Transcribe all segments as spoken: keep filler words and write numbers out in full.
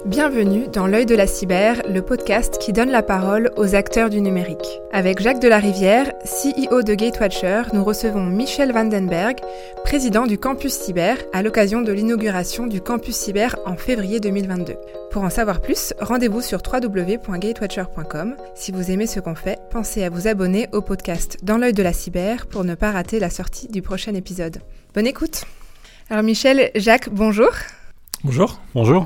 Bienvenue dans L'œil de la cyber, le podcast qui donne la parole aux acteurs du numérique. Avec Jacques Delarivière, C E O de Gatewatcher, nous recevons Michel Vandenberg, président du Campus Cyber, à l'occasion de l'inauguration du Campus Cyber en février deux mille vingt-deux. Pour en savoir plus, rendez-vous sur w w w point gatewatcher point com. Si vous aimez ce qu'on fait, pensez à vous abonner au podcast Dans l'œil de la cyber pour ne pas rater la sortie du prochain épisode. Bonne écoute. Alors Michel, Jacques, bonjour. Bonjour. Bonjour.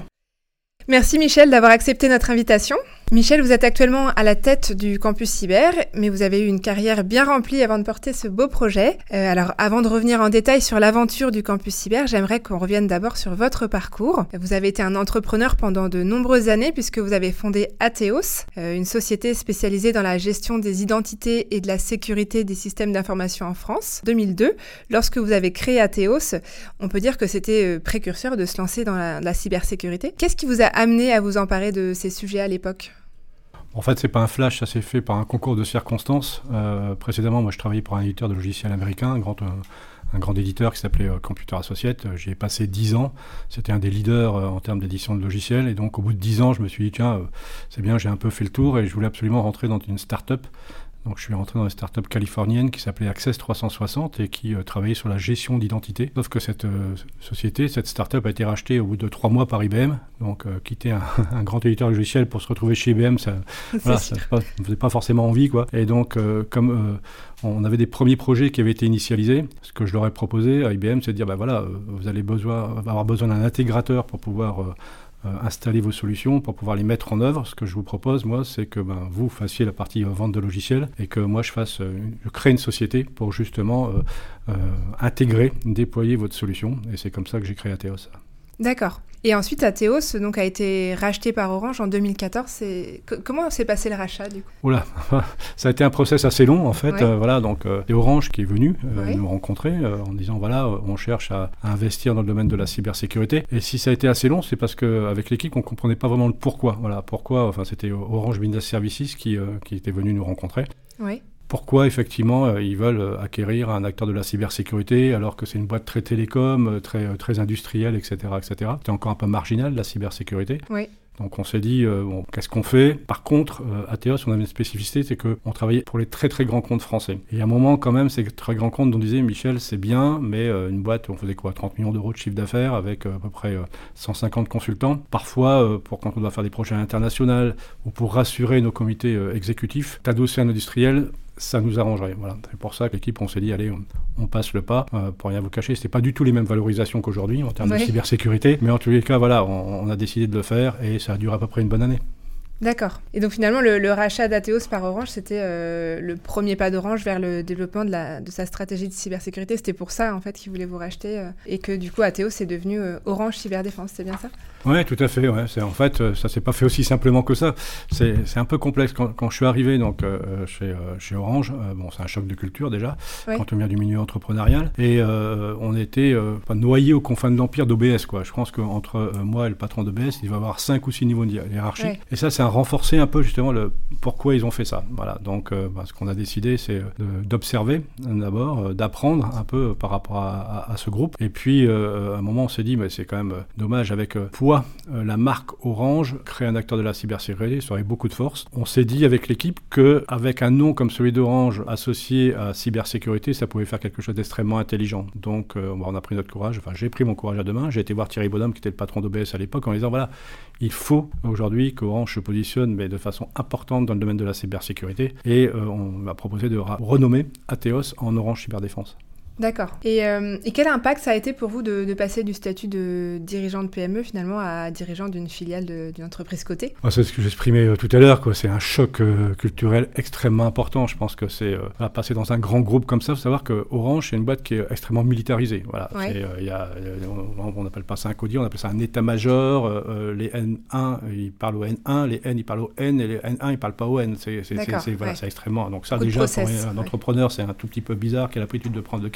Merci Michel d'avoir accepté notre invitation. Michel, vous êtes actuellement à la tête du Campus Cyber, mais vous avez eu une carrière bien remplie avant de porter ce beau projet. Euh, alors, avant de revenir en détail sur l'aventure du Campus Cyber, j'aimerais qu'on revienne d'abord sur votre parcours. Vous avez été un entrepreneur pendant de nombreuses années puisque vous avez fondé Atheos, euh, une société spécialisée dans la gestion des identités et de la sécurité des systèmes d'information en France. deux mille deux, lorsque vous avez créé Atheos, on peut dire que c'était euh, précurseur de se lancer dans la, la cybersécurité. Qu'est-ce qui vous a amené à vous emparer de ces sujets à l'époque ? En fait, c'est pas un flash, ça s'est fait par un concours de circonstances. Euh, précédemment, moi, je travaillais pour un éditeur de logiciels américain, un grand, euh, un grand éditeur qui s'appelait euh, Computer Associates. J'y ai passé dix ans. C'était un des leaders euh, en termes d'édition de logiciels. Et donc, au bout de dix ans, je me suis dit, tiens, euh, c'est bien, j'ai un peu fait le tour et je voulais absolument rentrer dans une start-up. Donc, je suis rentré dans une start-up californienne qui s'appelait Access trois cent soixante et qui euh, travaillait sur la gestion d'identité. Sauf que cette euh, société, cette start-up a été rachetée au bout de trois mois par I B M. Donc, euh, quitter un, un grand éditeur logiciel pour se retrouver chez I B M, ça ne faisait pas forcément envie, quoi. Et donc, euh, comme euh, on avait des premiers projets qui avaient été initialisés, ce que je leur ai proposé à I B M, c'est de dire, bah, voilà, euh, vous allez besoin, avoir besoin d'un intégrateur pour pouvoir... Euh, Euh, installer vos solutions pour pouvoir les mettre en œuvre. Ce que je vous propose, moi, c'est que ben, vous fassiez la partie euh, vente de logiciels et que moi, je fasse, euh, je crée une société pour justement euh, euh, intégrer, déployer votre solution. Et c'est comme ça que j'ai créé Atheos. D'accord. Et ensuite, Atheos donc, a été racheté par Orange en deux mille quatorze. C'est... Comment s'est passé le rachat, du coup ? Oula, ça a été un process assez long, en fait. Ouais. Euh, voilà, donc, euh, c'est Orange qui est venu euh, Ouais. nous rencontrer euh, en disant, voilà, euh, on cherche à, à investir dans le domaine de la cybersécurité. Et si ça a été assez long, c'est parce qu'avec l'équipe, on ne comprenait pas vraiment le pourquoi. Voilà, pourquoi, enfin, c'était Orange Business Services qui, euh, qui était venu nous rencontrer. Oui. Pourquoi, effectivement, euh, ils veulent euh, acquérir un acteur de la cybersécurité alors que c'est une boîte très télécom, euh, très, euh, très industrielle, et cetera, et cetera. C'est encore un peu marginal, la cybersécurité. Oui. Donc on s'est dit, euh, bon, qu'est-ce qu'on fait ? Par contre, euh, Atheos, on avait une spécificité, c'est qu'on travaillait pour les très très grands comptes français. Et à un moment, quand même, ces très grands comptes, on disait, Michel, c'est bien, mais euh, une boîte, on faisait quoi ? trente millions d'euros de chiffre d'affaires avec euh, à peu près euh, cent cinquante consultants. Parfois, euh, pour quand on doit faire des projets internationaux ou pour rassurer nos comités euh, exécutifs, t'adosser un industriel, ça nous arrangerait. Voilà. C'est pour ça que l'équipe, on s'est dit, allez, on, on passe le pas. Euh, pour rien vous cacher, c'était pas du tout les mêmes valorisations qu'aujourd'hui en termes Oui. de cybersécurité. Mais en tous les cas, voilà, on, on a décidé de le faire et ça a duré à peu près une bonne année. D'accord. Et donc finalement, le, le rachat d'Atheos par Orange, c'était euh, le premier pas d'Orange vers le développement de, la, de sa stratégie de cybersécurité. C'était pour ça, en fait, qu'ils voulaient vous racheter euh, et que du coup, Atheos est devenu euh, Orange Cyberdéfense. C'est bien ça ? Oui, tout à fait. Ouais. C'est, en fait, ça ne s'est pas fait aussi simplement que ça. C'est, c'est un peu complexe. Quand, quand je suis arrivé donc, euh, chez, euh, chez Orange, euh, bon, c'est un choc de culture déjà, oui. quand on vient du milieu entrepreneurial. Et euh, on était euh, noyés aux confins de l'empire d'O B S. Quoi. Je pense qu'entre euh, moi et le patron d'O B S, il va y avoir cinq ou six niveaux de hiérarchie. Oui. Et ça, c'est un renforcé un peu justement le pourquoi ils ont fait ça. Voilà. Donc, euh, bah, ce qu'on a décidé, c'est de, d'observer d'abord, euh, d'apprendre un peu par rapport à, à, à ce groupe. Et puis, euh, à un moment, on s'est dit, mais c'est quand même dommage avec euh, poids. Euh, la marque Orange crée un acteur de la cybersécurité, ça aurait beaucoup de force. On s'est dit avec l'équipe qu'avec un nom comme celui d'Orange associé à cybersécurité, ça pouvait faire quelque chose d'extrêmement intelligent. Donc euh, on a pris notre courage, enfin j'ai pris mon courage à deux mains, j'ai été voir Thierry Bonhomme qui était le patron d'O B S à l'époque en disant voilà, il faut aujourd'hui qu'Orange se positionne mais de façon importante dans le domaine de la cybersécurité et euh, on m'a proposé de ra- renommer Atheos en Orange Cyberdéfense. D'accord. Et, euh, et quel impact ça a été pour vous de, de passer du statut de dirigeant de P M E finalement à dirigeant d'une filiale de, d'une entreprise cotée ? Ah, c'est ce que j'exprimais euh, tout à l'heure, quoi. C'est un choc euh, culturel extrêmement important. Je pense que c'est euh, passer dans un grand groupe comme ça. Il faut savoir que Orange, c'est une boîte qui est extrêmement militarisée. Voilà. Ouais. C'est, euh, y a, on n'appelle pas ça un codie, on appelle ça un état-major. Euh, les N un, ils parlent au N un, les N, ils parlent au N, et les N un, ils ne parlent pas au N. C'est, c'est, c'est, c'est, voilà, ouais. c'est extrêmement. Donc ça, Beaucoup déjà, de process, pour un ouais. entrepreneur, c'est un tout petit peu bizarre qui a l'habitude de prendre le café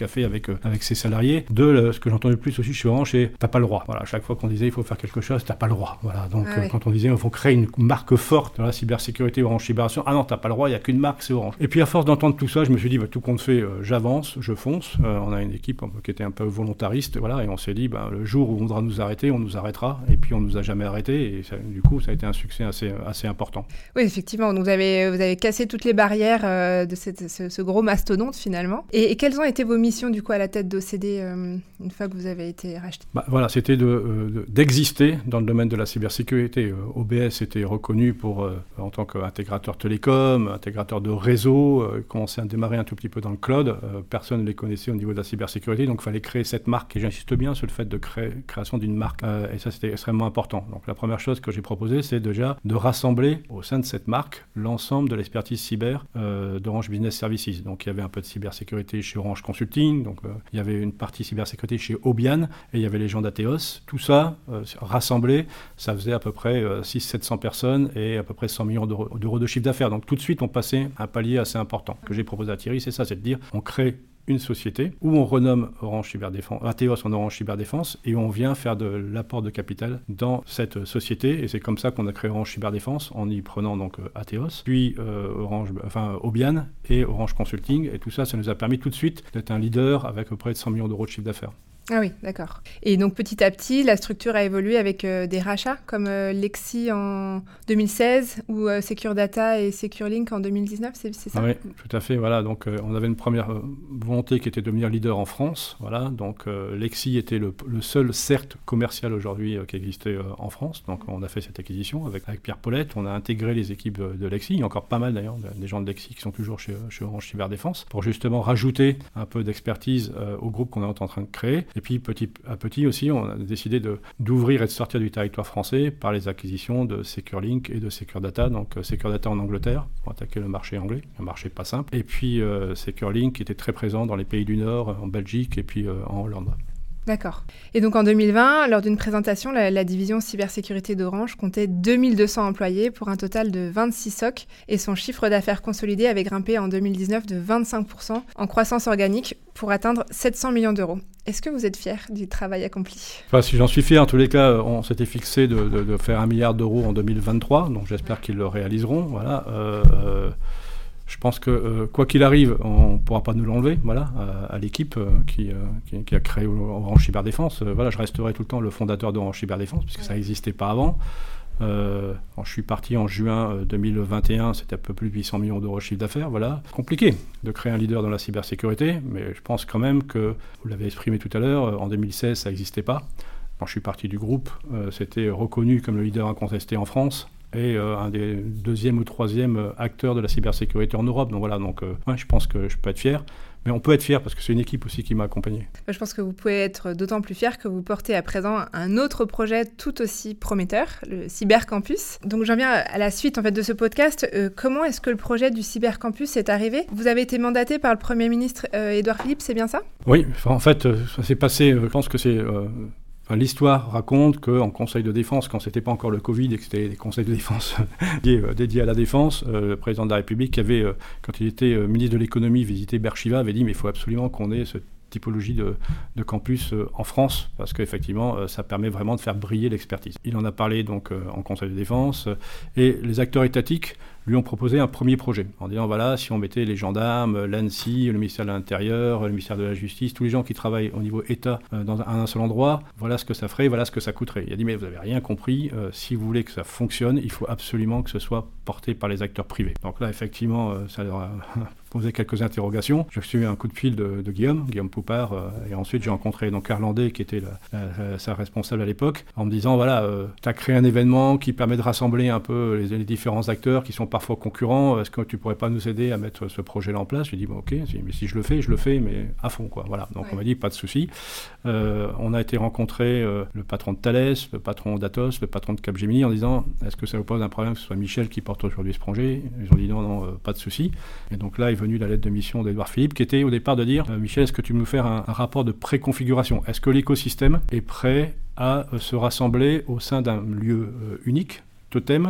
café avec, euh, avec ses salariés. Deux, le, ce que j'entends le plus aussi chez Orange, c'est t'as pas le droit. Voilà, à chaque fois qu'on disait il faut faire quelque chose, t'as pas le droit. Voilà, donc ah, euh, ouais. quand on disait il faut créer une marque forte dans la cybersécurité Orange Cyberation, ah non, t'as pas le droit, il n'y a qu'une marque, c'est Orange. Et puis à force d'entendre tout ça, je me suis dit, bah, tout compte fait, euh, j'avance, je fonce. Euh, on a une équipe un peu, qui était un peu volontariste, voilà, et on s'est dit, bah, le jour où on voudra nous arrêter, on nous arrêtera. Et puis on nous a jamais arrêtés, et ça, du coup, ça a été un succès assez, assez important. Oui, effectivement. Donc vous avez, vous avez cassé toutes les barrières euh, de cette, ce, ce gros mastodonte finalement. Et, et quelles ont été vos missions du coup à la tête d'O C D euh, une fois que vous avez été racheté? Bah, voilà, c'était de, euh, de, d'exister dans le domaine de la cybersécurité. Euh, O B S était reconnu pour, euh, en tant qu'intégrateur télécom, intégrateur de réseau, euh, commençait à démarrer un tout petit peu dans le cloud. Euh, personne ne les connaissait au niveau de la cybersécurité, donc il fallait créer cette marque. Et j'insiste bien sur le fait de créer création d'une marque. Euh, et ça, c'était extrêmement important. Donc la première chose que j'ai proposée, c'est déjà de rassembler au sein de cette marque l'ensemble de l'expertise cyber euh, d'Orange Business Services. Donc il y avait un peu de cybersécurité chez Orange Consulting, donc euh, il y avait une partie cybersécurité chez Obian, et il y avait les gens d'Atheos. Tout ça, euh, rassemblé, ça faisait à peu près euh, six cents à sept cents personnes et à peu près cent millions d'euros, d'euros de chiffre d'affaires. Donc tout de suite, on passait un palier assez important. Ce que j'ai proposé à Thierry, c'est ça, c'est de dire, on crée une société où on renomme Orange Cyberdéfense, Atheos en Orange Cyberdéfense, et on vient faire de l'apport de capital dans cette société, et c'est comme ça qu'on a créé Orange Cyberdéfense, en y prenant donc euh, Atheos, puis euh, Orange, enfin Obian et Orange Consulting, et tout ça, ça nous a permis tout de suite d'être un leader avec à peu près de cent millions d'euros de chiffre d'affaires. Ah oui, d'accord. Et donc petit à petit, la structure a évolué avec euh, des rachats comme euh, Lexi en deux mille seize ou euh, Secure Data et SecureLink en deux mille dix-neuf, c'est, c'est ça? Oui, tout à fait. Voilà. Donc euh, on avait une première euh, volonté qui était de devenir leader en France. Voilà. Donc euh, Lexi était le, le seul C E R T commercial aujourd'hui euh, qui existait euh, en France. Donc on a fait cette acquisition avec, avec Pierre Paulette. On a intégré les équipes de, de Lexi. Il y a encore pas mal d'ailleurs de, des gens de Lexi qui sont toujours chez, chez Orange Cyberdéfense pour justement rajouter un peu d'expertise euh, au groupe qu'on est en train de créer. Et puis petit à petit aussi, on a décidé de, d'ouvrir et de sortir du territoire français par les acquisitions de SecureLink et de Secure Data. Donc euh, Secure Data en Angleterre pour attaquer le marché anglais, un marché pas simple. Et puis euh, SecureLink qui était très présent dans les pays du Nord, en Belgique et puis euh, en Hollande. D'accord. Et donc en deux mille vingt, lors d'une présentation, la, la division cybersécurité d'Orange comptait deux mille deux cents employés pour un total de vingt-six S O C et son chiffre d'affaires consolidé avait grimpé en deux mille dix-neuf de vingt-cinq pour cent en croissance organique pour atteindre sept cents millions d'euros. Est-ce que vous êtes fier du travail accompli? Enfin, si j'en suis fier, en tous les cas, on s'était fixé de, de, de faire un milliard d'euros en deux mille vingt-trois, donc j'espère qu'ils le réaliseront. Voilà. Euh, euh, Je pense que euh, quoi qu'il arrive, on ne pourra pas nous l'enlever, voilà, à, à l'équipe euh, qui, euh, qui, qui a créé Orange Cyberdéfense. Euh, voilà, je resterai tout le temps le fondateur d'Orange Cyberdéfense, puisque ça n'existait pas avant. Euh, je suis parti en juin deux mille vingt et un, c'était un peu plus de huit cents millions d'euros de chiffre d'affaires. Voilà, compliqué de créer un leader dans la cybersécurité, mais je pense quand même que, vous l'avez exprimé tout à l'heure, en deux mille seize, ça n'existait pas. Quand je suis parti du groupe, euh, c'était reconnu comme le leader incontesté en France. Et euh, un des deuxième ou troisième acteurs de la cybersécurité en Europe. Donc voilà, donc, euh, ouais, je pense que je peux être fier. Mais on peut être fier parce que c'est une équipe aussi qui m'a accompagné. Je pense que vous pouvez être d'autant plus fier que vous portez à présent un autre projet tout aussi prometteur, le Cybercampus. Donc j'en viens à la suite en fait de ce podcast. Euh, comment est-ce que le projet du Cybercampus est arrivé? Vous avez été mandaté par le Premier ministre euh, Édouard Philippe, c'est bien ça? Oui, en fait, ça s'est passé, je pense que c'est... Euh, Enfin, l'histoire raconte qu'en conseil de défense, quand c'était pas encore le Covid et que c'était des conseils de défense dédiés, euh, dédiés à la défense, euh, le président de la République avait, euh, quand il était euh, ministre de l'économie, visité Berchiva, avait dit mais il faut absolument qu'on ait cette typologie de, de campus euh, en France, parce qu'effectivement, euh, ça permet vraiment de faire briller l'expertise. Il en a parlé donc euh, en conseil de défense, euh, et les acteurs étatiques lui ont proposé un premier projet, en disant voilà, si on mettait les gendarmes, l'ANSSI, le ministère de l'Intérieur, le ministère de la Justice, tous les gens qui travaillent au niveau État euh, dans un, un seul endroit, voilà ce que ça ferait, voilà ce que ça coûterait. Il a dit mais vous n'avez rien compris, euh, si vous voulez que ça fonctionne, il faut absolument que ce soit porté par les acteurs privés. Donc là, effectivement, euh, ça leur a posé quelques interrogations. J'ai reçu un coup de fil de, de Guillaume, Guillaume Poupard, euh, et ensuite j'ai rencontré donc Arlandais, qui était la, la, sa responsable à l'époque, en me disant voilà, euh, tu as créé un événement qui permet de rassembler un peu les, les différents acteurs qui sont parfois concurrents, est-ce que tu pourrais pas nous aider à mettre ce projet-là en place? J'ai dit bon, ok, mais si je le fais, je le fais, mais à fond, quoi. Voilà. Donc ouais. On m'a dit pas de souci. Euh, on a été rencontrer euh, le patron de Thales, le patron d'Atos, le patron de Capgemini, en disant est-ce que ça vous pose un problème que ce soit Michel qui porte aujourd'hui ce projet? Ils ont dit non, non, euh, pas de souci. Et donc là est venue la lettre de mission d'Édouard Philippe, qui était au départ de dire euh, Michel, est-ce que tu peux nous faire un, un rapport de préconfiguration? Est-ce que l'écosystème est prêt à euh, se rassembler au sein d'un lieu euh, unique, totem,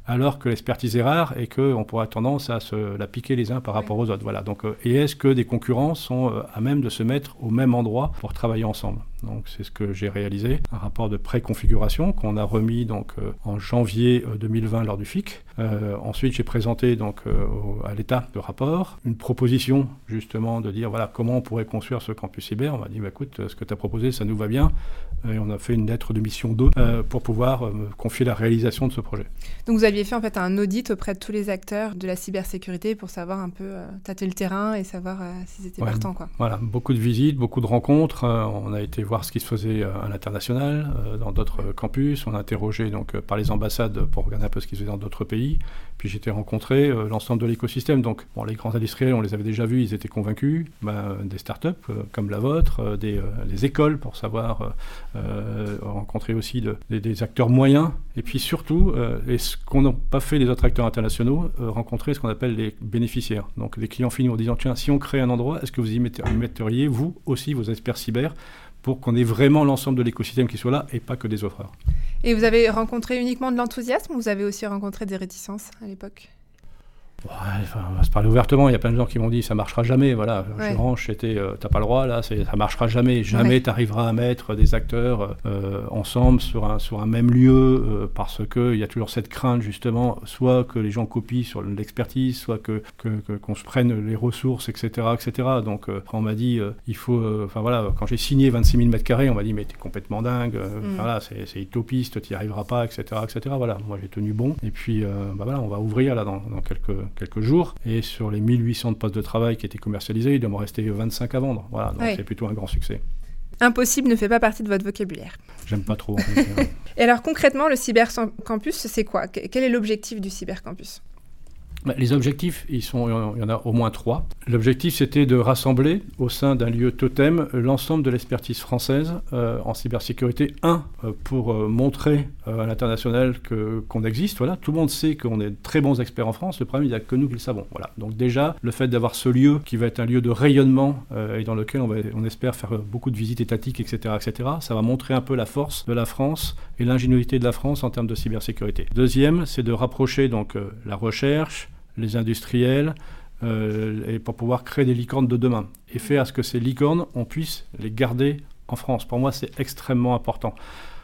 alors que l'expertise est rare et qu'on pourra tendance à se la piquer les uns par rapport aux autres. Voilà. Donc, euh, et est-ce que des concurrents sont euh, à même de se mettre au même endroit pour travailler ensemble? Donc c'est ce que j'ai réalisé, un rapport de préconfiguration qu'on a remis donc, euh, en janvier euh, deux mille vingt lors du F I C. Euh, ensuite j'ai présenté donc, euh, au, à l'État le rapport, une proposition justement de dire voilà, comment on pourrait construire ce campus cyber. On m'a dit bah, écoute, ce que tu as proposé ça nous va bien, et on a fait une lettre de mission deux euh, pour pouvoir euh, me confier la réalisation de ce projet. Donc vous aviez fait en fait un audit auprès de tous les acteurs de la cybersécurité pour savoir un peu euh, tâter le terrain et savoir euh, s'ils étaient ouais, partants, quoi. Voilà, beaucoup de visites, beaucoup de rencontres, euh, on a été voir ce qui se faisait à l'international, euh, dans d'autres campus. On a interrogé donc, euh, par les ambassades pour regarder un peu ce qui se faisait dans d'autres pays. Puis j'ai été rencontrer euh, l'ensemble de l'écosystème. Donc bon, les grands industriels, on les avait déjà vus, ils étaient convaincus. Ben, des startups euh, comme la vôtre, euh, des, euh, des écoles pour savoir euh, rencontrer aussi de, des, des acteurs moyens. Et puis surtout, euh, et ce qu'on n'a pas fait les autres acteurs internationaux, euh, rencontrer ce qu'on appelle les bénéficiaires. Donc les clients finaux en disant tiens, si on crée un endroit, est-ce que vous y metteriez, vous aussi, vos experts cyber, pour qu'on ait vraiment l'ensemble de l'écosystème qui soit là et pas que des offreurs. Et vous avez rencontré uniquement de l'enthousiasme ou vous avez aussi rencontré des réticences à l'époque ? Ouais, enfin, on va se parler ouvertement. Il y a plein de gens qui m'ont dit ça marchera jamais. Voilà, ouais. je range, c'était euh, t'as pas le droit là, c'est, ça marchera jamais. Jamais ouais. tu arriveras à mettre des acteurs euh, ensemble sur un sur un même lieu euh, parce que il y a toujours cette crainte justement, soit que les gens copient sur l'expertise, soit que, que, que qu'on se prenne les ressources, et cetera, et cetera. Donc euh, on m'a dit euh, il faut, enfin euh, voilà, quand j'ai signé vingt-six mille mètres carrés, on m'a dit mais t'es complètement dingue. Euh, mm. Voilà, c'est, c'est utopiste, t'y arriveras pas, et cetera, et cetera. Voilà, moi j'ai tenu bon. Et puis euh, bah voilà, on va ouvrir là dans, dans quelques quelques jours, et sur les mille huit cents de postes de travail qui étaient commercialisés, il doit me rester vingt-cinq à vendre. Voilà, donc oui. C'est plutôt un grand succès. Impossible ne fait pas partie de votre vocabulaire. J'aime pas trop. En fait. Et alors concrètement, le cybercampus, c'est quoi ? Quel est l'objectif du cybercampus ? Bah, les objectifs, ils sont, il y en a au moins trois. L'objectif, c'était de rassembler au sein d'un lieu totem l'ensemble de l'expertise française euh, en cybersécurité. Un, euh, pour euh, montrer euh, à l'international que, qu'on existe. Voilà. Tout le monde sait qu'on est de très bons experts en France. Le problème, il n'y a que nous qui le savons. Voilà. Donc déjà, le fait d'avoir ce lieu qui va être un lieu de rayonnement euh, et dans lequel on, va, on espère faire beaucoup de visites étatiques, et cetera, et cetera, ça va montrer un peu la force de la France et l'ingéniosité de la France en termes de cybersécurité. Deuxième, c'est de rapprocher donc, euh, la recherche, les industriels, euh, et pour pouvoir créer des licornes de demain. Et faire à ce que ces licornes, on puisse les garder en France. Pour moi, c'est extrêmement important.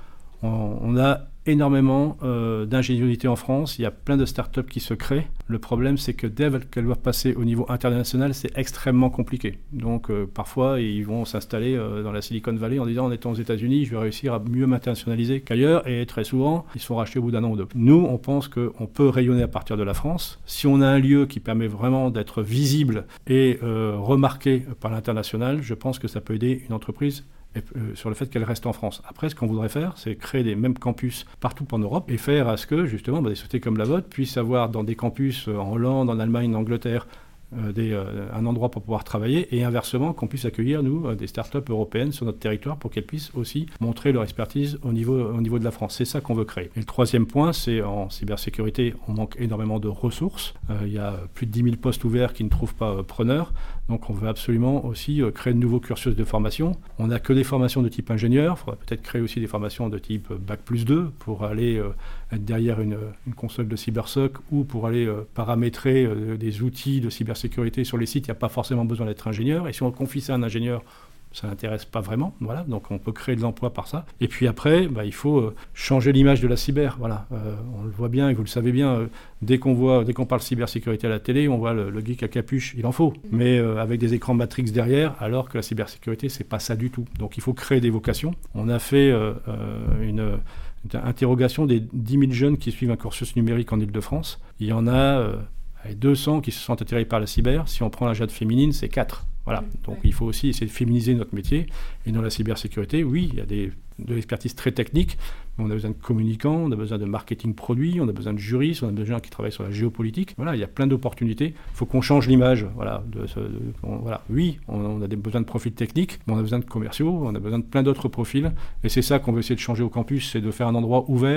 On, on a énormément euh, d'ingéniosité en France. Il y a plein de startups qui se créent. Le problème, c'est que dès qu'elles doivent passer au niveau international, c'est extrêmement compliqué. Donc, euh, parfois, ils vont s'installer euh, dans la Silicon Valley en disant, en étant aux États-Unis, je vais réussir à mieux m'internationaliser qu'ailleurs. Et très souvent, ils sont rachetés au bout d'un an ou deux. Nous, on pense qu'on peut rayonner à partir de la France. Si on a un lieu qui permet vraiment d'être visible et euh, remarqué par l'international, je pense que ça peut aider une entreprise Et, euh, sur le fait qu'elle reste en France. Après, ce qu'on voudrait faire, c'est créer des mêmes campus partout en Europe et faire à ce que, justement, bah, des sociétés comme la vôtre puissent avoir dans des campus euh, en Hollande, en Allemagne, en Angleterre, euh, des, euh, un endroit pour pouvoir travailler et inversement, qu'on puisse accueillir, nous, euh, des startups européennes sur notre territoire pour qu'elles puissent aussi montrer leur expertise au niveau, au niveau de la France. C'est ça qu'on veut créer. Et le troisième point, c'est en cybersécurité, on manque énormément de ressources. Euh, il y a plus de dix mille postes ouverts qui ne trouvent pas euh, preneurs. Donc on veut absolument aussi euh, créer de nouveaux cursus de formation. On n'a que des formations de type ingénieur. Il faudrait peut-être créer aussi des formations de type bac plus deux pour aller euh, être derrière une, une console de cybersoc ou pour aller euh, paramétrer euh, des outils de cybersécurité sur les sites. Il n'y a pas forcément besoin d'être ingénieur. Et si on confie ça à un ingénieur, ça n'intéresse pas vraiment, voilà. Donc on peut créer de l'emploi par ça. Et puis après, bah, il faut euh, changer l'image de la cyber, voilà. Euh, on le voit bien et vous le savez bien, euh, dès qu'on voit, dès qu'on parle cybersécurité à la télé, on voit le, le geek à capuche, il en faut, mais euh, avec des écrans Matrix derrière, alors que la cybersécurité, c'est pas ça du tout. Donc il faut créer des vocations. On a fait euh, euh, une, une interrogation des dix mille jeunes qui suivent un cursus numérique en Ile-de-France. Il y en a euh, deux cents qui se sont attirés par la cyber. Si on prend la jade féminine, c'est quatre. Voilà, donc il faut aussi essayer de féminiser notre métier. Et dans la cybersécurité, oui, il y a des, de l'expertise très technique, mais on a besoin de communicants, on a besoin de marketing produit, on a besoin de juristes, on a besoin de gens qui travaillent sur la géopolitique. Voilà, il y a plein d'opportunités. Il faut qu'on change l'image. Voilà, de, de, de, on, voilà. Oui, on, on a des, besoin de profils techniques, mais on a besoin de commerciaux, on a besoin de plein d'autres profils. Et c'est ça qu'on veut essayer de changer au campus, c'est de faire un endroit ouvert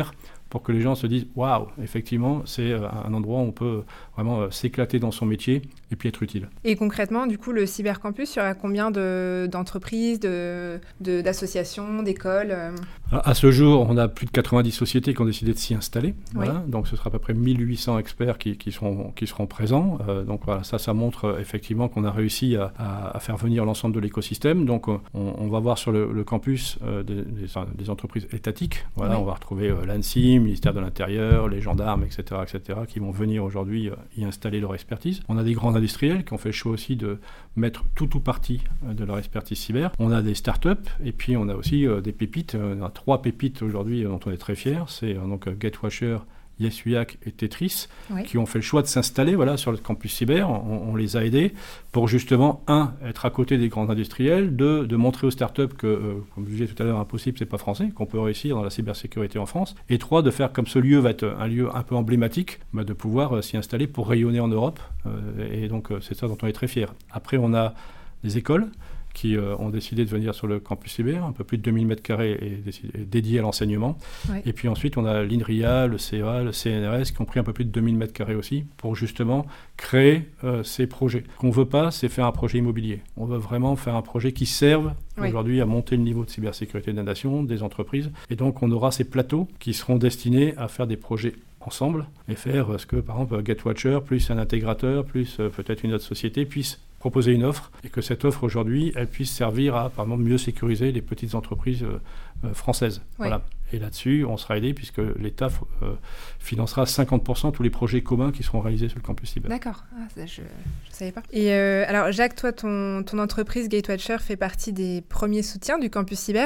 pour que les gens se disent « Waouh, effectivement, c'est un endroit où on peut vraiment s'éclater dans son métier et puis être utile. » Et concrètement, du coup, le cybercampus, il y aura combien de, d'entreprises, de, de, d'associations, d'écoles euh... À ce jour, on a plus de quatre-vingt-dix sociétés qui ont décidé de s'y installer. Voilà. Oui. Donc, ce sera à peu près mille huit cents experts qui, qui, seront, qui seront présents. Euh, donc, voilà, ça, ça montre euh, effectivement qu'on a réussi à, à, à faire venir l'ensemble de l'écosystème. Donc, on, on va voir sur le, le campus euh, des, des, des entreprises étatiques. Voilà, oui. On va retrouver euh, l'ANSSI, ministère de l'Intérieur, les gendarmes, et cetera, et cetera, qui vont venir aujourd'hui euh, y installer leur expertise. On a des grands industriels qui ont fait le choix aussi de mettre tout ou partie euh, de leur expertise cyber. On a des startups et puis on a aussi euh, des pépites. Euh, on a trois pépites aujourd'hui euh, dont on est très fiers. C'est euh, donc euh, Gatewatcher, Yesuyak et Tetris, oui. qui ont fait le choix de s'installer voilà, sur le campus cyber. On, on les a aidés pour justement, un, être à côté des grands industriels, deux, de montrer aux startups que, euh, comme je disais tout à l'heure, impossible, c'est pas français, qu'on peut réussir dans la cybersécurité en France, et trois, de faire comme ce lieu va être un lieu un peu emblématique, bah, de pouvoir euh, s'y installer pour rayonner en Europe. Euh, et donc, euh, c'est ça dont on est très fiers. Après, on a des écoles qui euh, ont décidé de venir sur le campus cyber, un peu plus de deux mille mètres carrés et, et dédiés à l'enseignement. Oui. Et puis ensuite, on a l'INRIA, le C E A, le C N R S qui ont pris un peu plus de deux mille mètres carrés aussi pour justement créer euh, ces projets. Ce qu'on ne veut pas, c'est faire un projet immobilier. On veut vraiment faire un projet qui serve oui. aujourd'hui à monter le niveau de cybersécurité de la nation, des entreprises. Et donc, on aura ces plateaux qui seront destinés à faire des projets ensemble et faire ce que, par exemple, Gatewatcher, plus un intégrateur, plus euh, peut-être une autre société, puisse proposer une offre et que cette offre aujourd'hui, elle puisse servir à, par exemple, mieux sécuriser les petites entreprises euh, euh, françaises. Oui. Voilà. Et là-dessus, on sera aidé puisque l'État euh, financera cinquante pour cent tous les projets communs qui seront réalisés sur le campus cyber. D'accord, ah, ça, je ne savais pas. Et euh, alors Jacques, toi, ton, ton entreprise Gatewatcher fait partie des premiers soutiens du campus cyber.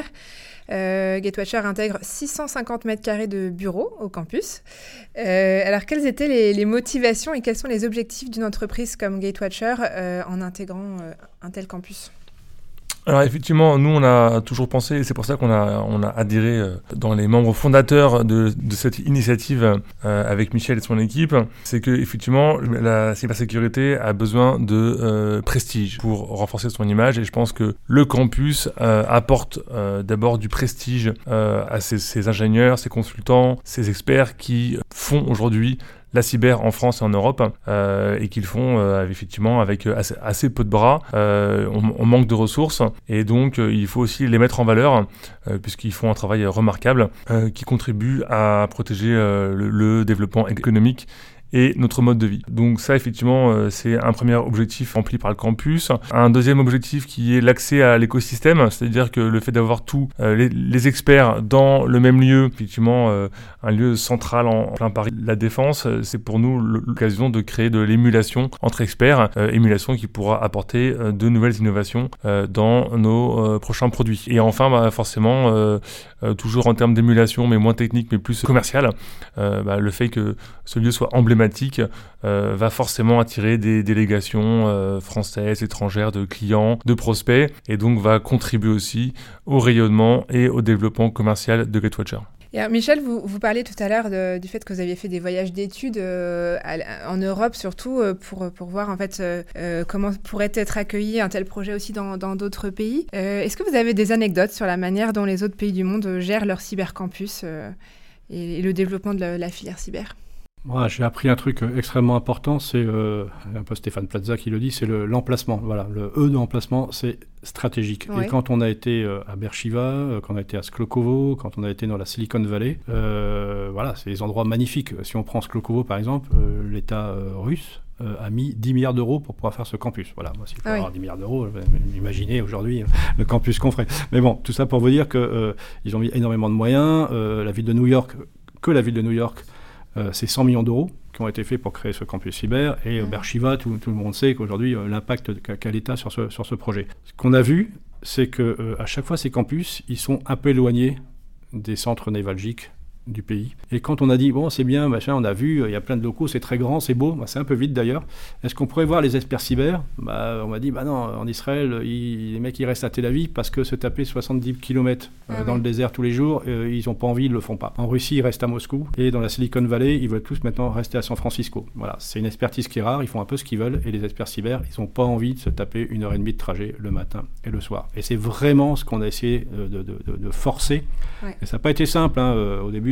Euh, Gatewatcher intègre six cent cinquante mètres carrés de bureaux au campus. Euh, alors, quelles étaient les, les motivations et quels sont les objectifs d'une entreprise comme Gatewatcher euh, en intégrant euh, un tel campus ? Alors effectivement, nous on a toujours pensé, et c'est pour ça qu'on a, on a adhéré euh, dans les membres fondateurs de, de cette initiative euh, avec Michel et son équipe, c'est que effectivement la cybersécurité a besoin de euh, prestige pour renforcer son image, et je pense que le campus euh, apporte euh, d'abord du prestige euh, à ces, ces ingénieurs, ces consultants, ces experts qui font aujourd'hui la cyber en France et en Europe euh, et qu'ils font euh, effectivement avec assez, assez peu de bras. Euh, on, on manque de ressources et donc euh, il faut aussi les mettre en valeur euh, puisqu'ils font un travail remarquable euh, qui contribue à protéger euh, le, le développement économique et notre mode de vie. Donc ça, effectivement, euh, c'est un premier objectif rempli par le campus. Un deuxième objectif qui est l'accès à l'écosystème, c'est-à-dire que le fait d'avoir tous euh, les, les experts dans le même lieu, effectivement, euh, un lieu central en, en plein Paris, la Défense, c'est pour nous l'occasion de créer de l'émulation entre experts, euh, émulation qui pourra apporter euh, de nouvelles innovations euh, dans nos euh, prochains produits. Et enfin, bah, forcément, euh, euh, toujours en termes d'émulation, mais moins technique, mais plus commercial, euh, bah, le fait que ce lieu soit emblématique Euh, va forcément attirer des délégations euh, françaises, étrangères, de clients, de prospects, et donc va contribuer aussi au rayonnement et au développement commercial de Gatewatcher. Et alors, Michel, vous, vous parliez tout à l'heure de, du fait que vous aviez fait des voyages d'études euh, à, en Europe, surtout euh, pour, pour voir en fait euh, comment pourrait être accueilli un tel projet aussi dans, dans d'autres pays. Euh, est-ce que vous avez des anecdotes sur la manière dont les autres pays du monde gèrent leur cybercampus euh, et, et le développement de la, la filière cyber ? Moi, j'ai appris un truc extrêmement important, c'est euh, un peu Stéphane Plaza qui le dit, c'est le, l'emplacement. Voilà, le E de l'emplacement, c'est stratégique. Oui. Et quand on a été euh, à Beersheba, euh, quand on a été à Sklokovo, quand on a été dans la Silicon Valley, euh, voilà, c'est des endroits magnifiques. Si on prend Sklokovo, par exemple, euh, l'État euh, russe euh, a mis dix milliards d'euros pour pouvoir faire ce campus. Voilà, moi, s'il faut ah avoir oui. dix milliards d'euros, imaginez aujourd'hui le campus qu'on ferait. Mais bon, tout ça pour vous dire qu'ils euh, ont mis énormément de moyens. Euh, la ville de New York, que la ville de New York, Euh, c'est cent millions d'euros qui ont été faits pour créer ce campus cyber. Et euh, mmh. Beersheba, tout, tout le monde sait qu'aujourd'hui, euh, l'impact qu'a, qu'a l'État sur ce, sur ce projet. Ce qu'on a vu, c'est qu'à euh, chaque fois, ces campus, ils sont un peu éloignés des centres névralgiques du pays. Et quand on a dit, bon, c'est bien, machin, on a vu, il y a plein de locaux, c'est très grand, c'est beau, bah, c'est un peu vide d'ailleurs. Est-ce qu'on pourrait voir les experts cyber ? bah, On m'a dit, bah non, en Israël, ils, les mecs, ils restent à Tel Aviv parce que se taper soixante-dix kilomètres euh, ah, dans oui. le désert tous les jours, euh, ils n'ont pas envie, ils ne le font pas. En Russie, ils restent à Moscou. Et dans la Silicon Valley, ils veulent tous maintenant rester à San Francisco. Voilà, c'est une expertise qui est rare, ils font un peu ce qu'ils veulent. Et les experts cyber, ils n'ont pas envie de se taper une heure et demie de trajet le matin et le soir. Et c'est vraiment ce qu'on a essayé de, de, de, de forcer. Ouais. Et ça n'a pas été simple. Hein. Au début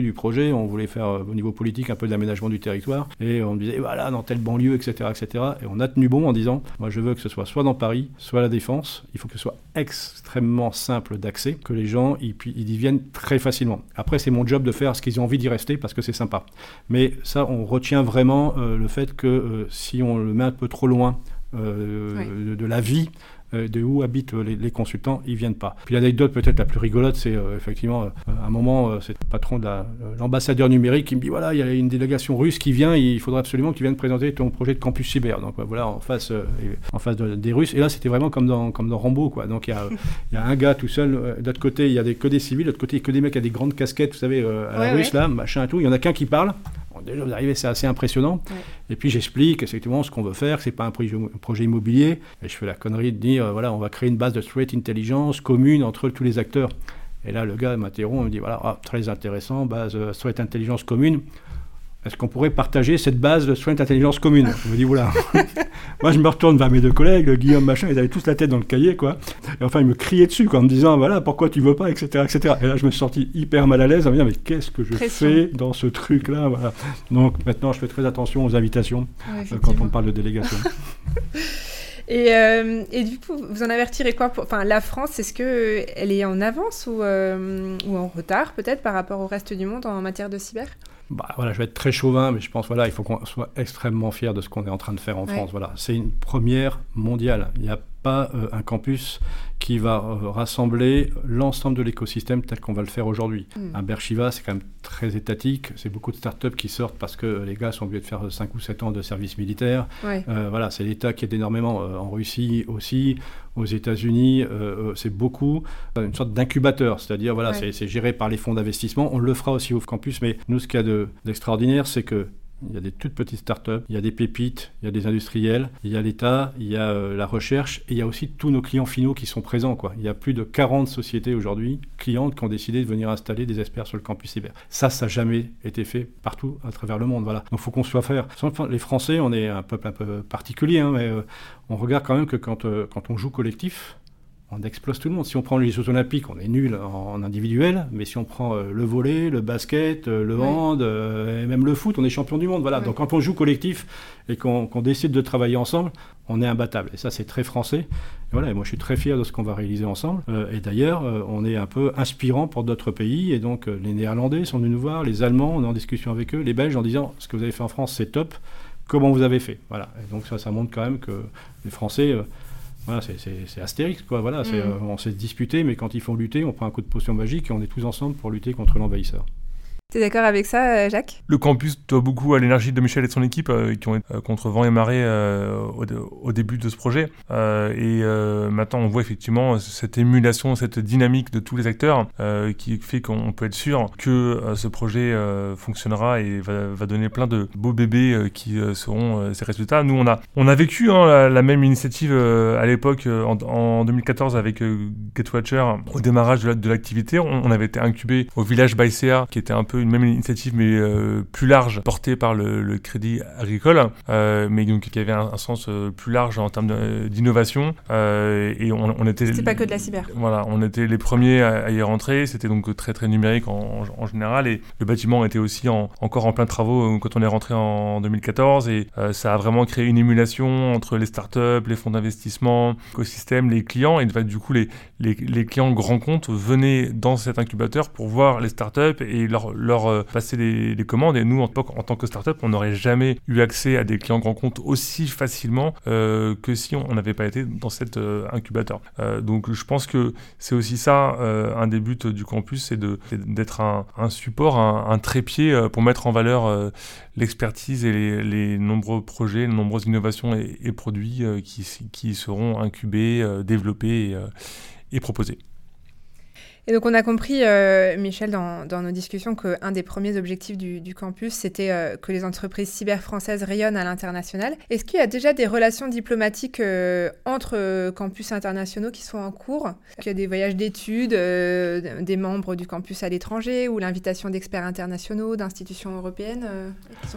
du projet, on voulait faire euh, au niveau politique un peu d'aménagement du territoire, et on me disait voilà dans telle banlieue, et cetera, et cetera. Et on a tenu bon en disant moi je veux que ce soit soit dans Paris, soit à la Défense. Il faut que ce soit extrêmement simple d'accès, que les gens y, ils y viennent très facilement. Après c'est mon job de faire ce qu'ils ont envie d'y rester parce que c'est sympa. Mais ça on retient vraiment euh, le fait que euh, si on le met un peu trop loin euh, oui. de, de la vie, de où habitent les, les consultants, ils ne viennent pas. Puis l'anecdote peut-être la plus rigolote, c'est euh, effectivement, euh, à un moment, euh, c'est le patron de la, euh, l'ambassadeur numérique qui me dit, voilà, il y a une délégation russe qui vient, il faudra absolument que tu viennes présenter ton projet de campus cyber. Donc voilà, en face, euh, en face de, des Russes. Et là, c'était vraiment comme dans, comme dans Rambo, quoi. Donc il y a, y a un gars tout seul, euh, d'autre côté, il y a des, que des civils, de l'autre côté, il y a que des mecs à des grandes casquettes, vous savez, euh, à ouais, la russe, ouais. là, machin et tout. Il y en a qu'un qui parle. Bon, déjà, vous arrivez, c'est assez impressionnant. Ouais. Et puis, j'explique effectivement ce qu'on veut faire, que ce n'est pas un projet, un projet immobilier. Et je fais la connerie de dire, euh, voilà, on va créer une base de threat intelligence commune entre tous les acteurs. Et là, le gars m'interrompt, il me dit, voilà, ah, très intéressant, base de threat intelligence commune. Est-ce qu'on pourrait partager cette base de threat intelligence commune ? Je me dis, voilà. Moi, je me retourne vers mes deux collègues, Guillaume, machin, ils avaient tous la tête dans le cahier, quoi. Et enfin, ils me criaient dessus, quoi, en me disant, voilà, pourquoi tu veux pas, et cetera, et cetera. Et là, je me suis senti hyper mal à l'aise, en me disant, mais qu'est-ce que je Pression. fais dans ce truc-là, voilà. Donc, maintenant, je fais très attention aux invitations ouais, euh, quand on parle de délégation. Et, euh, et du coup, vous en avez retiré quoi pour... Enfin, la France, est-ce qu'elle est en avance ou, euh, ou en retard, peut-être, par rapport au reste du monde en matière de cyber ? Bah, voilà, je vais être très chauvin, mais je pense voilà, il faut qu'on soit extrêmement fiers de ce qu'on est en train de faire en ouais. France. Voilà, c'est une première mondiale. Il n'y a pas euh, un campus qui va euh, rassembler l'ensemble de l'écosystème tel qu'on va le faire aujourd'hui. Mm. Un Berchiva, c'est quand même très étatique. C'est beaucoup de startups qui sortent parce que les gars sont obligés de faire cinq ou sept ans de service militaire. Ouais. Euh, voilà, c'est l'État qui aide énormément euh, en Russie aussi, aux États-Unis. Euh, euh, c'est beaucoup euh, une sorte d'incubateur, c'est-à-dire voilà, ouais. c'est, c'est géré par les fonds d'investissement. On le fera aussi au campus, mais nous, ce qu'il y a de, d'extraordinaire, c'est que il y a des toutes petites startups, il y a des pépites, il y a des industriels, il y a l'État, il y a euh, la recherche et il y a aussi tous nos clients finaux qui sont présents, quoi. Il y a plus de quarante sociétés aujourd'hui, clientes, qui ont décidé de venir installer des experts sur le campus cyber. Ça, ça n'a jamais été fait partout à travers le monde. Voilà. Donc il faut qu'on soit faire. Les Français, on est un peuple un peu particulier, hein, mais euh, on regarde quand même que quand, euh, quand on joue collectif, on explose tout le monde. Si on prend les Jeux Olympiques, on est nul en, en individuel, mais si on prend euh, le volley, le basket, euh, le hand, oui. euh, et même le foot, on est champion du monde. Voilà. Oui. Donc quand on joue collectif et qu'on, qu'on décide de travailler ensemble, on est imbattable. Et ça, c'est très français. Et voilà. Et moi, je suis très fier de ce qu'on va réaliser ensemble. Euh, et d'ailleurs, euh, on est un peu inspirant pour d'autres pays. Et donc, euh, les Néerlandais sont venus nous voir, les Allemands, on est en discussion avec eux, les Belges en disant ce que vous avez fait en France, c'est top. Comment vous avez fait ? Voilà. Et donc ça, ça montre quand même que les Français... Euh, Voilà, c'est, c'est, c'est Astérix, quoi. Voilà, c'est, mmh. euh, on s'est disputé, mais quand il faut lutter, on prend un coup de potion magique et on est tous ensemble pour lutter contre l'envahisseur. T'es d'accord avec ça, Jacques ? Le campus doit beaucoup à l'énergie de Michel et de son équipe euh, qui ont été euh, contre vent et marée euh, au, au début de ce projet. Euh, et euh, maintenant, on voit effectivement cette émulation, cette dynamique de tous les acteurs euh, qui fait qu'on peut être sûr que euh, ce projet euh, fonctionnera et va, va donner plein de beaux bébés euh, qui euh, seront euh, ces résultats. Nous, on a, on a vécu hein, la, la même initiative euh, à l'époque, euh, en, en deux mille quatorze, avec euh, GetWatcher, au démarrage de, la, de l'activité. On, on avait été incubé au village Baïséa, qui était un peu une même initiative mais euh, plus large, portée par le, le Crédit Agricole, euh, mais donc qui avait un, un sens euh, plus large en termes de, d'innovation. Euh, et on, on était. C'était pas que de la cyber. Voilà, on était les premiers à, à y rentrer. C'était donc très très numérique en, en, en général, et le bâtiment était aussi en, encore en plein travaux quand on est rentré en deux mille quatorze. Et euh, ça a vraiment créé une émulation entre les startups, les fonds d'investissement, l'écosystème, les clients. Et du coup, les, les, les clients grands comptes venaient dans cet incubateur pour voir les startups et leur, leur euh, passer les, les commandes. Et nous, en, en tant que startup, on n'aurait jamais eu accès à des clients grands comptes aussi facilement euh, que si on n'avait pas été dans cet euh, incubateur. Euh, donc, je pense que c'est aussi ça, euh, un des buts du campus, c'est, de, c'est d'être un, un support, un, un trépied euh, pour mettre en valeur euh, l'expertise et les, les nombreux projets, les nombreuses innovations et, et produits euh, qui, qui seront incubés, euh, développés et, euh, et proposés. Et donc, on a compris, euh, Michel, dans, dans nos discussions, qu'un des premiers objectifs du, du campus, c'était euh, que les entreprises cyber françaises rayonnent à l'international. Est-ce qu'il y a déjà des relations diplomatiques euh, entre euh, campus internationaux qui sont en cours ? Est-ce qu'il y a des voyages d'études, euh, des membres du campus à l'étranger, ou l'invitation d'experts internationaux, d'institutions européennes euh, qui sont prévus ?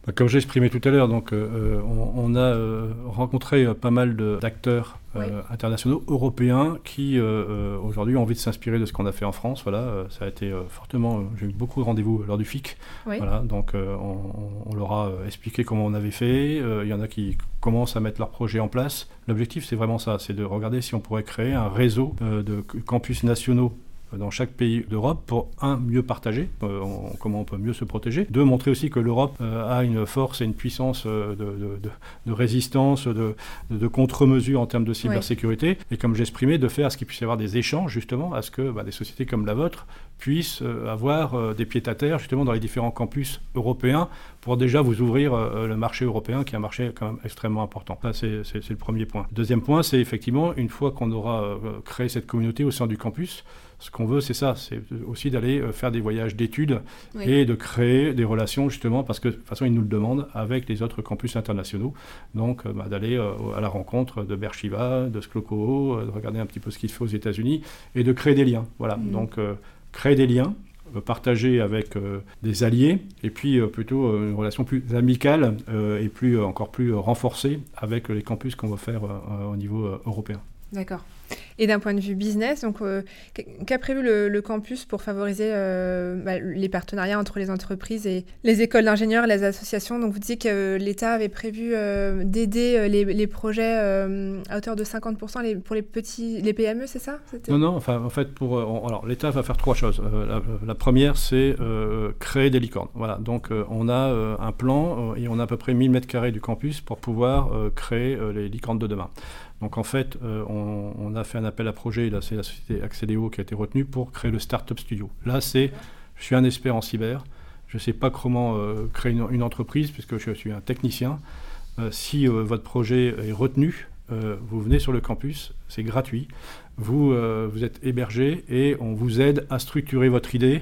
Bah, comme j'ai exprimé tout à l'heure, donc, euh, on, on a euh, rencontré euh, pas mal de, d'acteurs euh, oui. internationaux, européens, qui euh, aujourd'hui ont envie de s'inspirer de ce qu'on a fait en France. Voilà, euh, ça a été euh, fortement... Euh, j'ai eu beaucoup de rendez-vous lors du F I C. Oui. Voilà, donc euh, on, on leur a expliqué comment on avait fait. Euh, il y en a qui commencent à mettre leurs projets en place. L'objectif, c'est vraiment ça, c'est de regarder si on pourrait créer un réseau euh, de campus nationaux dans chaque pays d'Europe pour, un, mieux partager, euh, on, comment on peut mieux se protéger, deux, montrer aussi que l'Europe euh, a une force et une puissance euh, de, de, de, de résistance, de, de contre-mesure en termes de cybersécurité, oui. Et comme j'exprimais, de faire à ce qu'il puisse y avoir des échanges, justement, à ce que bah, des sociétés comme la vôtre puissent euh, avoir euh, des pieds-à-terre, justement, dans les différents campus européens, pour déjà vous ouvrir euh, le marché européen, qui est un marché quand même extrêmement important. Ça, c'est, c'est, c'est le premier point. Deuxième point, c'est effectivement, une fois qu'on aura euh, créé cette communauté au sein du campus, ce qu'on veut, c'est ça, c'est aussi d'aller faire des voyages d'études, oui. Et de créer des relations, justement, parce que de toute façon, ils nous le demandent, avec les autres campus internationaux. Donc, bah, d'aller euh, à la rencontre de Bershiva, de Skloko, euh, de regarder un petit peu ce qu'il fait aux États-Unis, et de créer des liens. Voilà, mmh. Donc euh, créer des liens, euh, partager avec euh, des alliés, et puis euh, plutôt euh, une relation plus amicale euh, et plus, euh, encore plus euh, renforcée avec les campus qu'on va faire euh, au niveau euh, européen. D'accord. Et d'un point de vue business, donc, euh, qu'a prévu le, le campus pour favoriser euh, bah, les partenariats entre les entreprises et les écoles d'ingénieurs, les associations? Donc vous disiez que euh, l'État avait prévu euh, d'aider les, les projets euh, à hauteur de cinquante pour cent les, pour les petits, les P M E, c'est ça? C'était... Non, non. Enfin, en fait, pour, on, alors l'État va faire trois choses. Euh, la, la première, c'est euh, créer des licornes. Voilà. Donc euh, on a euh, un plan euh, et on a à peu près mille mètres carrés du campus pour pouvoir euh, créer euh, les licornes de demain. Donc en fait, euh, on, on a fait un appel à projet, là c'est la société Axeléo qui a été retenue pour créer le Startup Studio. Là c'est, je suis un expert en cyber, je ne sais pas comment euh, créer une, une entreprise puisque je suis un technicien. Euh, si euh, votre projet est retenu, euh, vous venez sur le campus, c'est gratuit, vous, euh, vous êtes hébergé et on vous aide à structurer votre idée,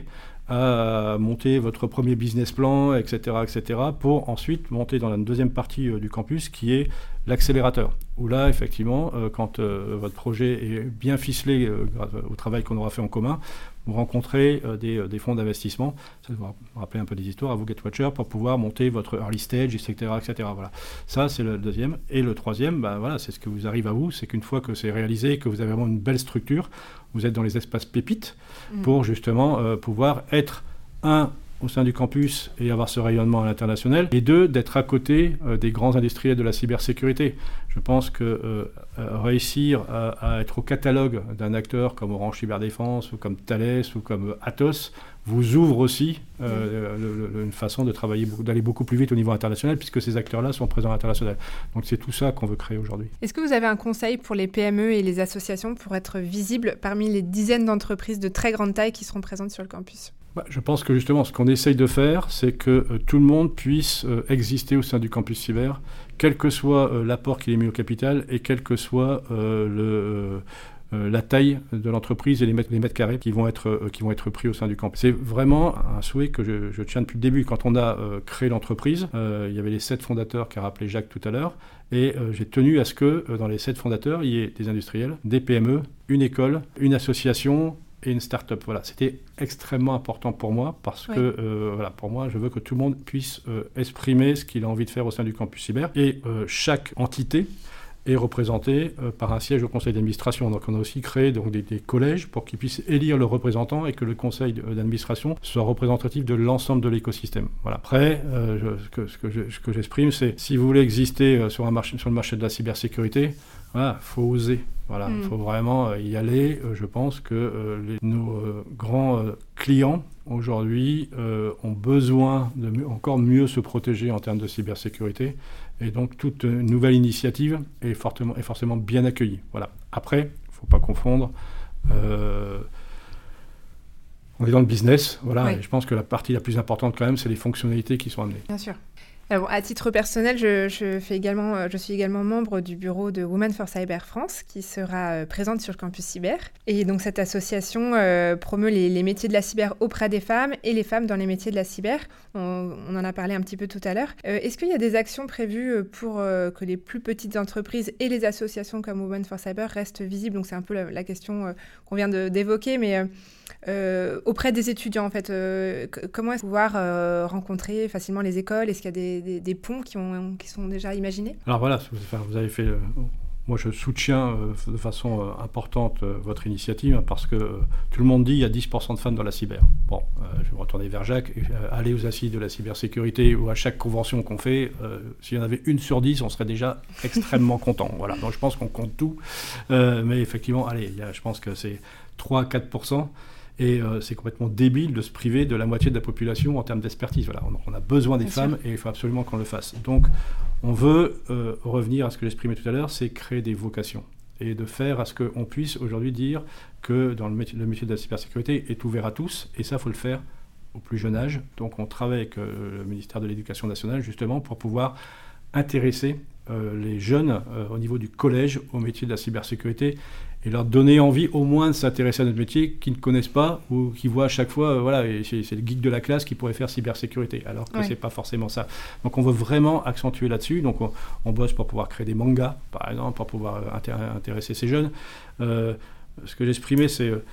à monter votre premier business plan, et cetera, et cetera, pour ensuite monter dans la deuxième partie euh, du campus qui est l'accélérateur. Où là, effectivement, euh, quand euh, votre projet est bien ficelé euh, grâce au travail qu'on aura fait en commun, vous rencontrez euh, des, euh, des fonds d'investissement, ça va vous rappeler un peu des histoires à vous, GetWatcher, pour pouvoir monter votre early stage, et cetera, et cetera. Voilà. Ça, c'est le deuxième. Et le troisième, ben, voilà, c'est ce que vous arrive à vous, c'est qu'une fois que c'est réalisé, que vous avez vraiment une belle structure, vous êtes dans les espaces pépites mmh. pour justement euh, pouvoir être, un, au sein du campus et avoir ce rayonnement à l'international, et deux, d'être à côté euh, des grands industriels de la cybersécurité. Je pense que euh, réussir à, à être au catalogue d'un acteur comme Orange Cyberdéfense ou comme Thales ou comme Atos vous ouvre aussi euh, le, le, une façon de travailler, d'aller beaucoup plus vite au niveau international puisque ces acteurs-là sont présents à l'international. Donc c'est tout ça qu'on veut créer aujourd'hui. Est-ce que vous avez un conseil pour les P M E et les associations pour être visibles parmi les dizaines d'entreprises de très grande taille qui seront présentes sur le campus ? Bah, je pense que justement, ce qu'on essaye de faire, c'est que euh, tout le monde puisse euh, exister au sein du campus cyber, quel que soit euh, l'apport qu'il ait mis au capital et quelle que soit euh, le, euh, la taille de l'entreprise et les mètres, les mètres carrés qui vont, être, euh, qui vont être pris au sein du campus. C'est vraiment un souhait que je, je tiens depuis le début. Quand on a euh, créé l'entreprise, euh, il y avait les sept fondateurs qu'a rappelé Jacques tout à l'heure, et euh, j'ai tenu à ce que euh, dans les sept fondateurs, il y ait des industriels, des P M E, une école, une association, et une start-up. Voilà, c'était extrêmement important pour moi parce oui. que, euh, voilà, pour moi, je veux que tout le monde puisse euh, exprimer ce qu'il a envie de faire au sein du campus cyber. Et euh, chaque entité est représentée euh, par un siège au conseil d'administration. Donc, on a aussi créé donc, des, des collèges pour qu'ils puissent élire leurs représentants et que le conseil d'administration soit représentatif de l'ensemble de l'écosystème. Voilà. Après, euh, je, ce, que, ce, que je, ce que j'exprime, c'est si vous voulez exister euh, sur, un marché, sur le marché de la cybersécurité, voilà, faut oser. Voilà, il mmh. faut vraiment y aller. Euh, je pense que euh, les, nos euh, grands euh, clients aujourd'hui euh, ont besoin de mieux, encore mieux se protéger en termes de cybersécurité. Et donc, toute euh, nouvelle initiative est, fortement, est forcément bien accueillie. Voilà. Après, il ne faut pas confondre. Euh, on est dans le business. Voilà, oui. Et je pense que la partie la plus importante, quand même, c'est les fonctionnalités qui sont amenées. Bien sûr. Alors, à titre personnel, je, je, fais également, je suis également membre du bureau de Women for Cyber France, qui sera euh, présente sur le campus cyber. Et donc, cette association euh, promeut les, les métiers de la cyber auprès des femmes et les femmes dans les métiers de la cyber. On, on en a parlé un petit peu tout à l'heure. Euh, est-ce qu'il y a des actions prévues pour euh, que les plus petites entreprises et les associations comme Women for Cyber restent visibles ? Donc, c'est un peu la, la question euh, qu'on vient de, d'évoquer, mais... Euh, Euh, auprès des étudiants, en fait, euh, c- comment est-ce pouvoir euh, rencontrer facilement les écoles ? Est-ce qu'il y a des, des, des ponts qui, ont, qui sont déjà imaginés? Alors voilà, enfin, vous avez fait... Euh, moi, je soutiens euh, de façon euh, importante euh, votre initiative hein, parce que euh, tout le monde dit qu'il y a dix pour cent de femmes dans la cyber. Bon, euh, je vais me retourner vers Jacques. Euh, aller aux assises de la cybersécurité ou à chaque convention qu'on fait, euh, s'il y en avait une sur dix, on serait déjà extrêmement content. Voilà, donc je pense qu'on compte tout. Euh, mais effectivement, allez, il y a, je pense que c'est trois à quatre pour cent. Et euh, c'est complètement débile de se priver de la moitié de la population en termes d'expertise. Voilà, on, on a besoin des Bien femmes sûr. Et il faut absolument qu'on le fasse. Donc, on veut euh, revenir à ce que j'exprimais tout à l'heure, c'est créer des vocations. Et de faire à ce qu'on puisse aujourd'hui dire que dans le métier, le métier de la cybersécurité est ouvert à tous. Et ça, il faut le faire au plus jeune âge. Donc, on travaille avec euh, le ministère de l'Éducation nationale, justement, pour pouvoir intéresser euh, les jeunes euh, au niveau du collège au métier de la cybersécurité et leur donner envie au moins de s'intéresser à notre métier qu'ils ne connaissent pas ou qui voient à chaque fois, euh, voilà, c'est, c'est le geek de la classe qui pourrait faire cybersécurité, alors que oui. c'est pas forcément ça. Donc on veut vraiment accentuer là-dessus, donc on, on bosse pour pouvoir créer des mangas, par exemple, pour pouvoir euh, intér- intéresser ces jeunes. Euh, ce que j'exprimais, c'est... Euh,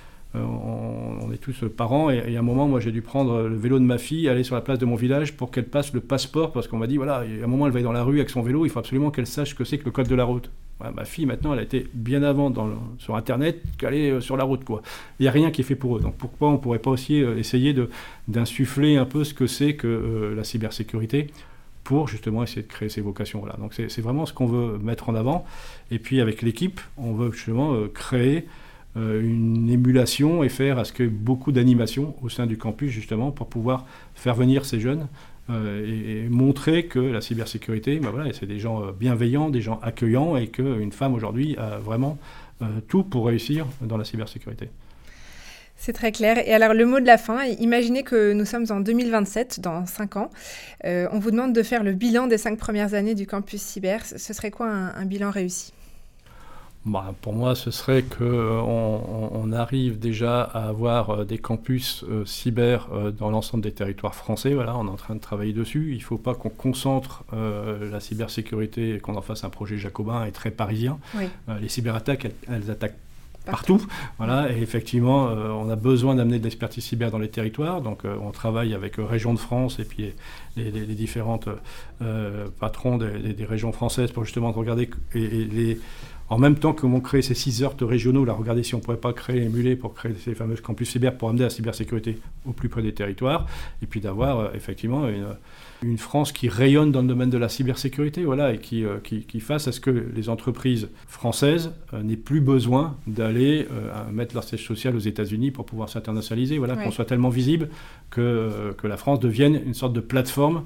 on, on est tous parents et, et à un moment, moi, j'ai dû prendre le vélo de ma fille, aller sur la place de mon village pour qu'elle passe le passeport, parce qu'on m'a dit, voilà, à un moment, elle va aller dans la rue avec son vélo, il faut absolument qu'elle sache ce que c'est que le code de la route. Ouais, ma fille, maintenant, elle a été bien avant dans le, sur Internet qu'aller euh, sur la route, quoi. Il n'y a rien qui est fait pour eux. Donc pourquoi on ne pourrait pas aussi euh, essayer de, d'insuffler un peu ce que c'est que euh, la cybersécurité pour justement essayer de créer ces vocations. Voilà. Donc c'est, c'est vraiment ce qu'on veut mettre en avant. Et puis avec l'équipe, on veut justement euh, créer euh, une émulation et faire à ce qu'il y ait beaucoup d'animations au sein du campus, justement, pour pouvoir faire venir ces jeunes Euh, et, et montrer que la cybersécurité, ben voilà, c'est des gens bienveillants, des gens accueillants et qu'une femme aujourd'hui a vraiment euh, tout pour réussir dans la cybersécurité. C'est très clair. Et alors le mot de la fin, imaginez que nous sommes en deux mille vingt-sept, dans cinq ans. Euh, on vous demande de faire le bilan des cinq premières années du campus cyber. Ce serait quoi un, un bilan réussi ? Bah, pour moi, ce serait qu'on on, on arrive déjà à avoir euh, des campus euh, cyber euh, dans l'ensemble des territoires français. Voilà, on est en train de travailler dessus. Il ne faut pas qu'on concentre euh, la cybersécurité et qu'on en fasse un projet jacobin et très parisien. Oui. Euh, les cyberattaques, elles, elles attaquent partout. partout. Voilà, et effectivement, euh, on a besoin d'amener de l'expertise cyber dans les territoires. Donc, euh, on travaille avec euh, Région de France et puis les, les, les différentes euh, patrons des, des, des régions françaises pour justement regarder et, et les en même temps que l'on crée ces six heures régionaux, là, regardez si on ne pourrait pas créer, émuler pour créer ces fameux campus cyber pour amener la cybersécurité au plus près des territoires, et puis d'avoir euh, effectivement une, une France qui rayonne dans le domaine de la cybersécurité, voilà, et qui, euh, qui, qui fasse à ce que les entreprises françaises euh, n'aient plus besoin d'aller euh, mettre leur siège social aux États-Unis pour pouvoir s'internationaliser, voilà, ouais. qu'on soit tellement visible que, euh, que la France devienne une sorte de plateforme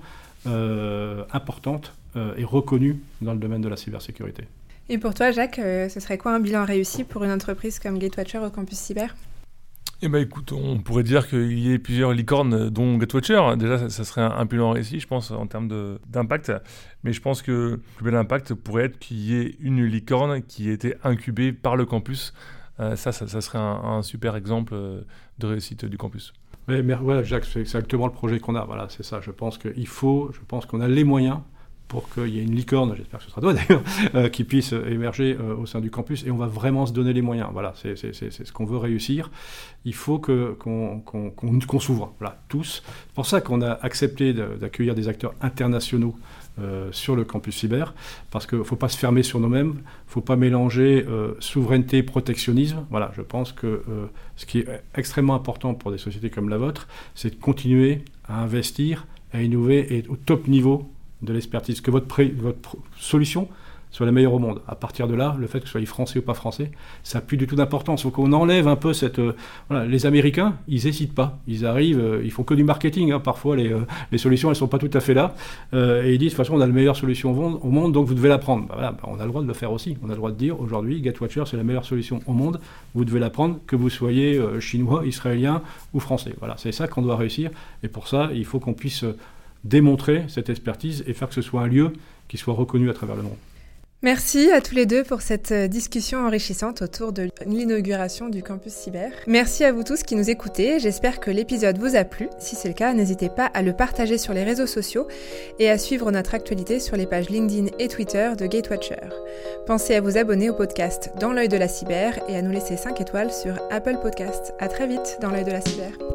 euh, importante euh, et reconnue dans le domaine de la cybersécurité. Et pour toi, Jacques, euh, ce serait quoi un bilan réussi pour une entreprise comme Gatewatcher au campus cyber ? Eh ben, écoute, on pourrait dire qu'il y ait plusieurs licornes, dont Gatewatcher. Déjà, ça, ça serait un, un bilan réussi, je pense, en termes de, d'impact. Mais je pense que le plus bel impact pourrait être qu'il y ait une licorne qui ait été incubée par le campus. Euh, ça, ça, ça serait un, un super exemple de réussite du campus. Mais, mais ouais, Jacques, c'est exactement le projet qu'on a. Voilà, c'est ça. Je pense qu'il faut, je pense qu'on a les moyens pour qu'il y ait une licorne, j'espère que ce sera toi d'ailleurs, euh, qui puisse émerger euh, au sein du campus, et on va vraiment se donner les moyens. Voilà, c'est, c'est, c'est, c'est ce qu'on veut réussir. Il faut que, qu'on, qu'on, qu'on, qu'on s'ouvre, voilà, tous. C'est pour ça qu'on a accepté de, d'accueillir des acteurs internationaux euh, sur le campus cyber, parce qu'il ne faut pas se fermer sur nous-mêmes, il ne faut pas mélanger euh, souveraineté et protectionnisme. Voilà, je pense que euh, ce qui est extrêmement important pour des sociétés comme la vôtre, c'est de continuer à investir, à innover et au top niveau de l'expertise, que votre, pré, votre solution soit la meilleure au monde. À partir de là, le fait que ce soit français ou pas français, ça n'a plus du tout d'importance. Il faut qu'on enlève un peu cette... Euh, voilà, les Américains, ils n'hésitent pas. Ils arrivent, euh, ils font que du marketing. Hein. Parfois, les, euh, les solutions, elles ne sont pas tout à fait là. Euh, et ils disent, de toute façon, on a la meilleure solution au monde, au monde donc vous devez la prendre. Bah, voilà, bah, on a le droit de le faire aussi. On a le droit de dire, aujourd'hui, Gatewatcher, c'est la meilleure solution au monde. Vous devez la prendre, que vous soyez euh, chinois, israélien ou français. Voilà, c'est ça qu'on doit réussir. Et pour ça, il faut qu'on puisse... Euh, démontrer cette expertise et faire que ce soit un lieu qui soit reconnu à travers le monde. Merci à tous les deux pour cette discussion enrichissante autour de l'inauguration du campus cyber. Merci à vous tous qui nous écoutez. J'espère que l'épisode vous a plu. Si c'est le cas, n'hésitez pas à le partager sur les réseaux sociaux et à suivre notre actualité sur les pages LinkedIn et Twitter de Gatewatcher. Pensez à vous abonner au podcast Dans l'œil de la cyber et à nous laisser cinq étoiles sur Apple Podcasts. À très vite dans l'œil de la cyber.